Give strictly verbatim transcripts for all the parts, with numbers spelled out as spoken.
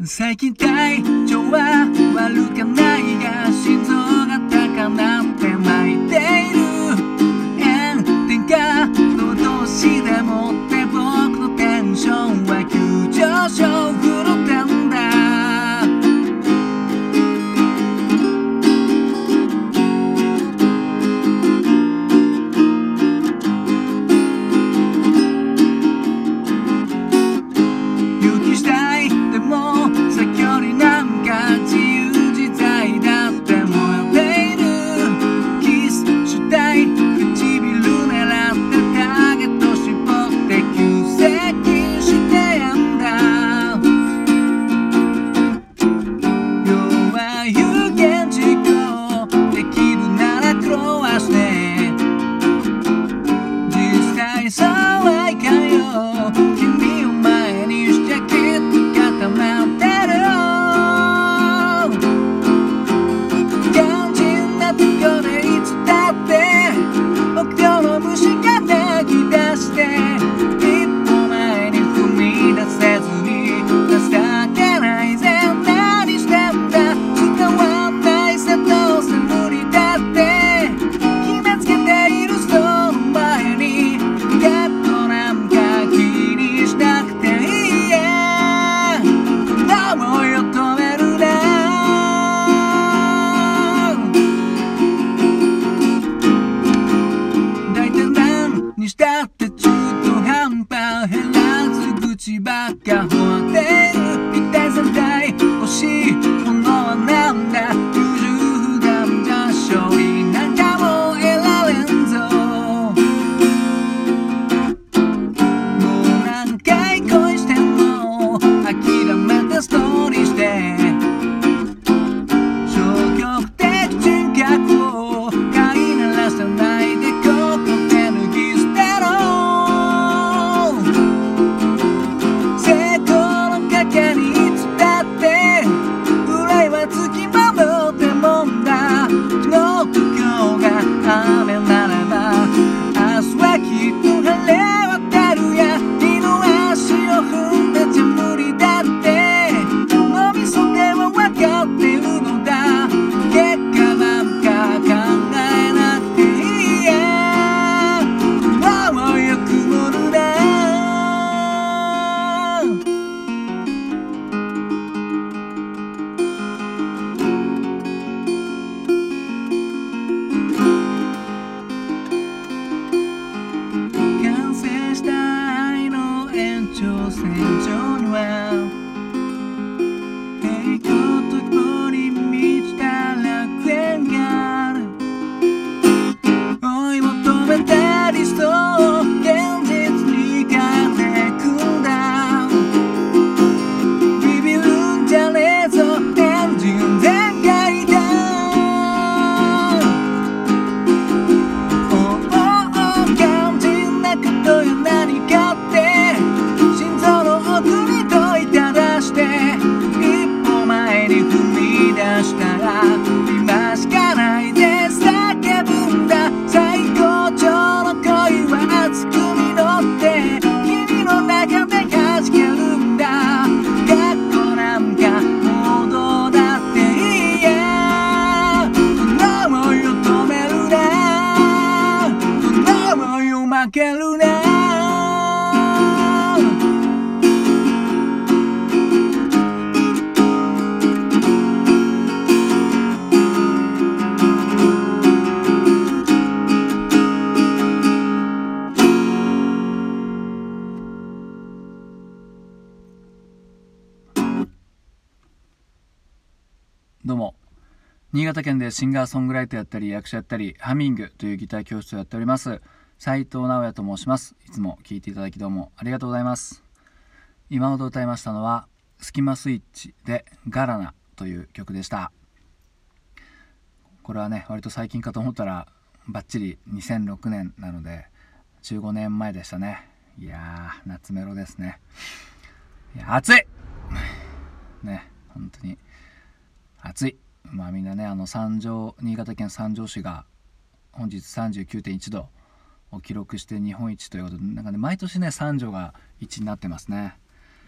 最近体調は悪かないが心臓が高鳴って巻いている炎天下のどうしでもって僕のテンションは急上昇震ってんだ雪したいでも先よりなんか自由自在だって燃えているキスしたい唇狙ってターゲット絞って急接近してんだ要は有言実行できるならクロワして実際そうはいかんよ君を前にしちゃきっと固まってる肝心なとこでいつだって僕の虫が泣き出して一歩前に踏み出せずに情けないぜ何してんだ伝わんないさどうせ無理だって決めつけているその前にゲットなんか気にしなくていいやこの想いを止めるな大体何にしたって中途半端減らず口ばっか放ってる一体全体欲しいものはなんだ優柔不断じゃ勝利なんかも得られんぞもう何回恋しても諦めてストーリーして消極的人格を飼いならさないでここで脱ぎ捨てろ成功の陰にいつだって憂いはつきまとってもんだ昨日と今日が雨ならば明日はきっと晴れ渡るや二の足を踏んでちゃ無理だって脳みそでは分かってるのだ結果なんか考えなくていいやもうよくもるな完成した愛の延長線上には栄光と希望に満ちた楽園がある追い求めた理想を現実に変えてくんだビビるんじゃねえぞエンジン全開だおおお肝心なことよ何かって心臓の奥に問いただして一歩前に踏み出したら今しかないで叫ぶんだ最高潮の恋は熱く実って君の中で弾けるんだ学校なんかもうどうだっていいやこの想いを止めるなこの想いを負けるなどうも新潟県でシンガーソングライターやったり役者やったりハミングというギター教室をやっております斉藤直也と申します。いつも聴いていただきどうもありがとうございます。今ほど歌いましたのはスキマスイッチでガラナという曲でした。これはね割と最近かと思ったらバッチリにせんろくねんなのでじゅうごねんまえでしたね。いやー夏メロですね。いや暑いね本当に暑い。まあみんなねあの三条新潟県三条市が本日 さんじゅうきゅうてんいちどを記録して日本一ということでなんかね毎年ね三条がいちになってますね。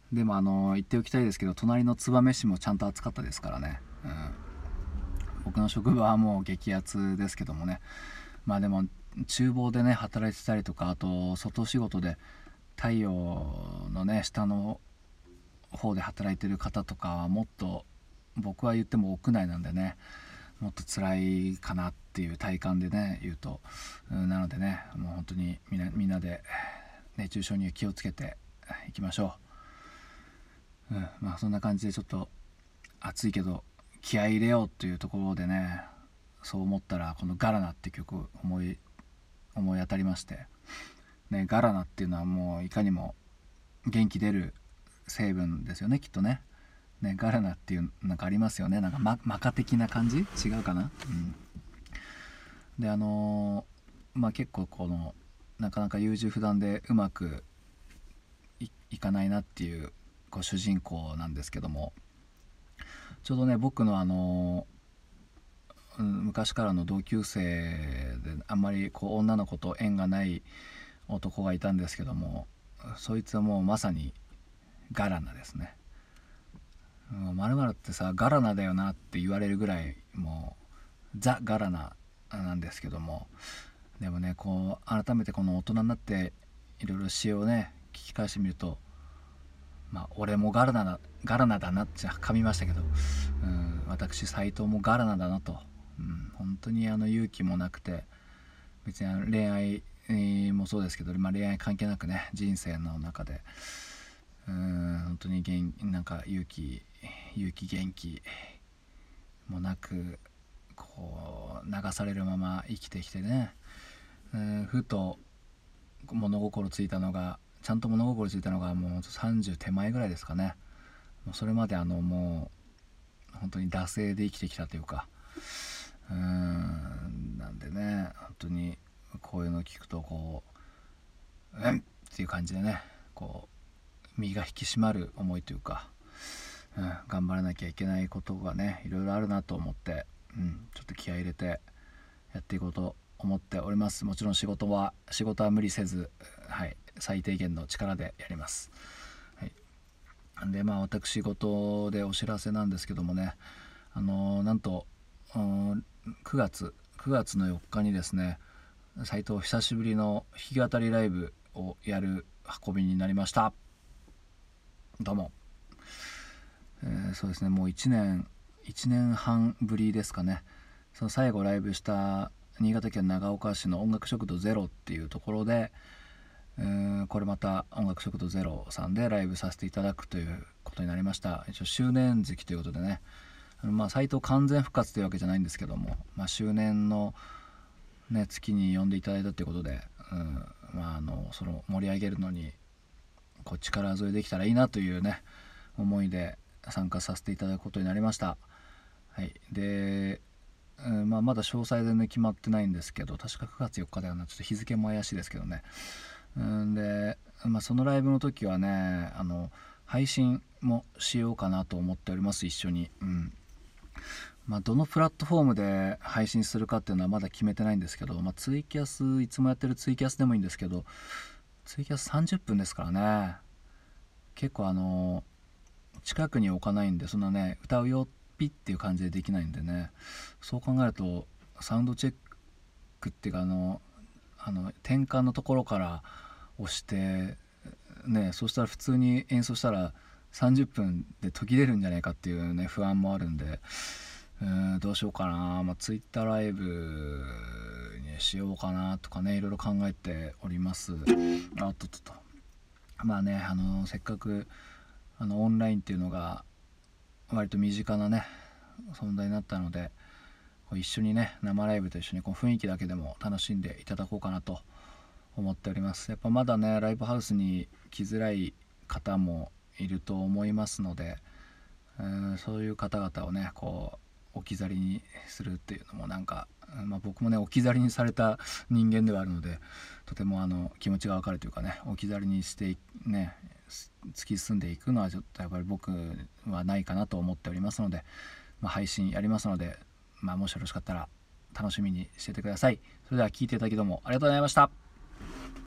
でもあの言っておきたいですけど、隣の燕市もちゃんと暑かったですからね、うん、僕の職場はもう激アツですけどもね。まあでも厨房でね働いてたりとか、あと外仕事で太陽のね下の方で働いてる方とかはもっと、僕は言っても屋内なんでね、もっと辛いかなっていう体感でね言うと、うん、なのでね、もう本当にみんなみんなで熱中症には気をつけていきましょう。うん、まあそんな感じで、ちょっと暑いけど気合い入れようというところでね、そう思ったらこのガラナって曲を思い思い当たりましてね。ガラナっていうのはもういかにも元気出る成分ですよね、きっとね。ね、ガラナっていうなんかありますよね、なんかママカ的な感じ、違うかな。うん、であのー、まあ結構このなかなか優柔不断でうまく い, いかないなっていうこう主人公なんですけども、ちょうどね僕のあのー、うん、昔からの同級生であんまりこう女の子と縁がない男がいたんですけども、そいつはもうまさにガラナですね。まるまるってさガラナだよなって言われるぐらいもうザ・ガラナなんですけども、でもねこう改めてこの大人になっていろいろ詩をね聞き返してみると、まあ俺もガラナだガラナだなって噛みましたけど、うん、私斉藤もガラナだなと、うん、本当にあの勇気もなくて、別にあの恋愛もそうですけど、まあ、恋愛関係なくね人生の中で、うーん本当に元なんか勇気勇気元気もなくこう流されるまま生きてきてね、えー、ふと物心ついたのがちゃんと物心ついたのがもうさんじゅう手前ぐらいですかね。もうそれまであのもう本当に惰性で生きてきたというか、うーんなんでね、本当にこういうのを聞くとこううんっていう感じでね、こう身が引き締まる思いというか、うん、頑張らなきゃいけないことがねいろいろあるなと思って、うん、ちょっと気合い入れてやっていこうと思っております。もちろん仕事は仕事は無理せず、はい、最低限の力でやります。はい、でまあ私事でお知らせなんですけどもね、あのー、なんとくがつくがつのよっかにですね、斉藤久しぶりの弾き語りライブをやる運びになりました。どうも、えー、そうですね、もういちねんいちねんはんぶりですかね。その最後ライブした新潟県長岡市の音楽食堂ゼロっていうところで、えー、これまた音楽食堂ゼロさんでライブさせていただくということになりました。一応周年月ということでね、あのまあ斉藤完全復活というわけじゃないんですけども、まあ、周年の、ね、月に呼んでいただいたということで、うんまあ、あのその盛り上げるのにこう力添えできたらいいなというね思いで参加させていただくことになりました。はい、で、うんまあ、まだ詳細でね決まってないんですけど、確かくがつよっかだよな、ちょっと日付も怪しいですけどね。うんで、まあ、そのライブの時はねあの配信もしようかなと思っております、一緒に。うんまあ、どのプラットフォームで配信するかっていうのはまだ決めてないんですけど、まあ、ツイキャスいつもやってるツイキャスでもいいんですけど、ツイキャスさんじゅっぷんですからね、結構あの近くに置かないんで、そんなね歌うよピッっていう感じでできないんでね、そう考えるとサウンドチェックっていうかあのあの転換のところから押してね、そしたら普通に演奏したらさんじゅっぷんで途切れるんじゃないかっていうね不安もあるんで、うーんどうしようかな、まあ、ツイッターライブにしようかなとかねいろいろ考えております。あっとっとっとまあねあのせっかくあのオンラインっていうのが割と身近なね存在になったので、一緒にね生ライブと一緒にこう雰囲気だけでも楽しんでいただこうかなと思っております。やっぱまだねライブハウスに来づらい方もいると思いますので、えー、そういう方々をねこう置き去りにするっていうのもなんか、まあ、僕もね置き去りにされた人間ではあるので、とてもあの気持ちがわかるというかね、置き去りにしてね突き進んでいくのはちょっとやっぱり僕はないかなと思っておりますので、まあ、配信やりますので、まあ、もしよろしかったら楽しみにしててください。それでは聞いていただきどうもありがとうございました。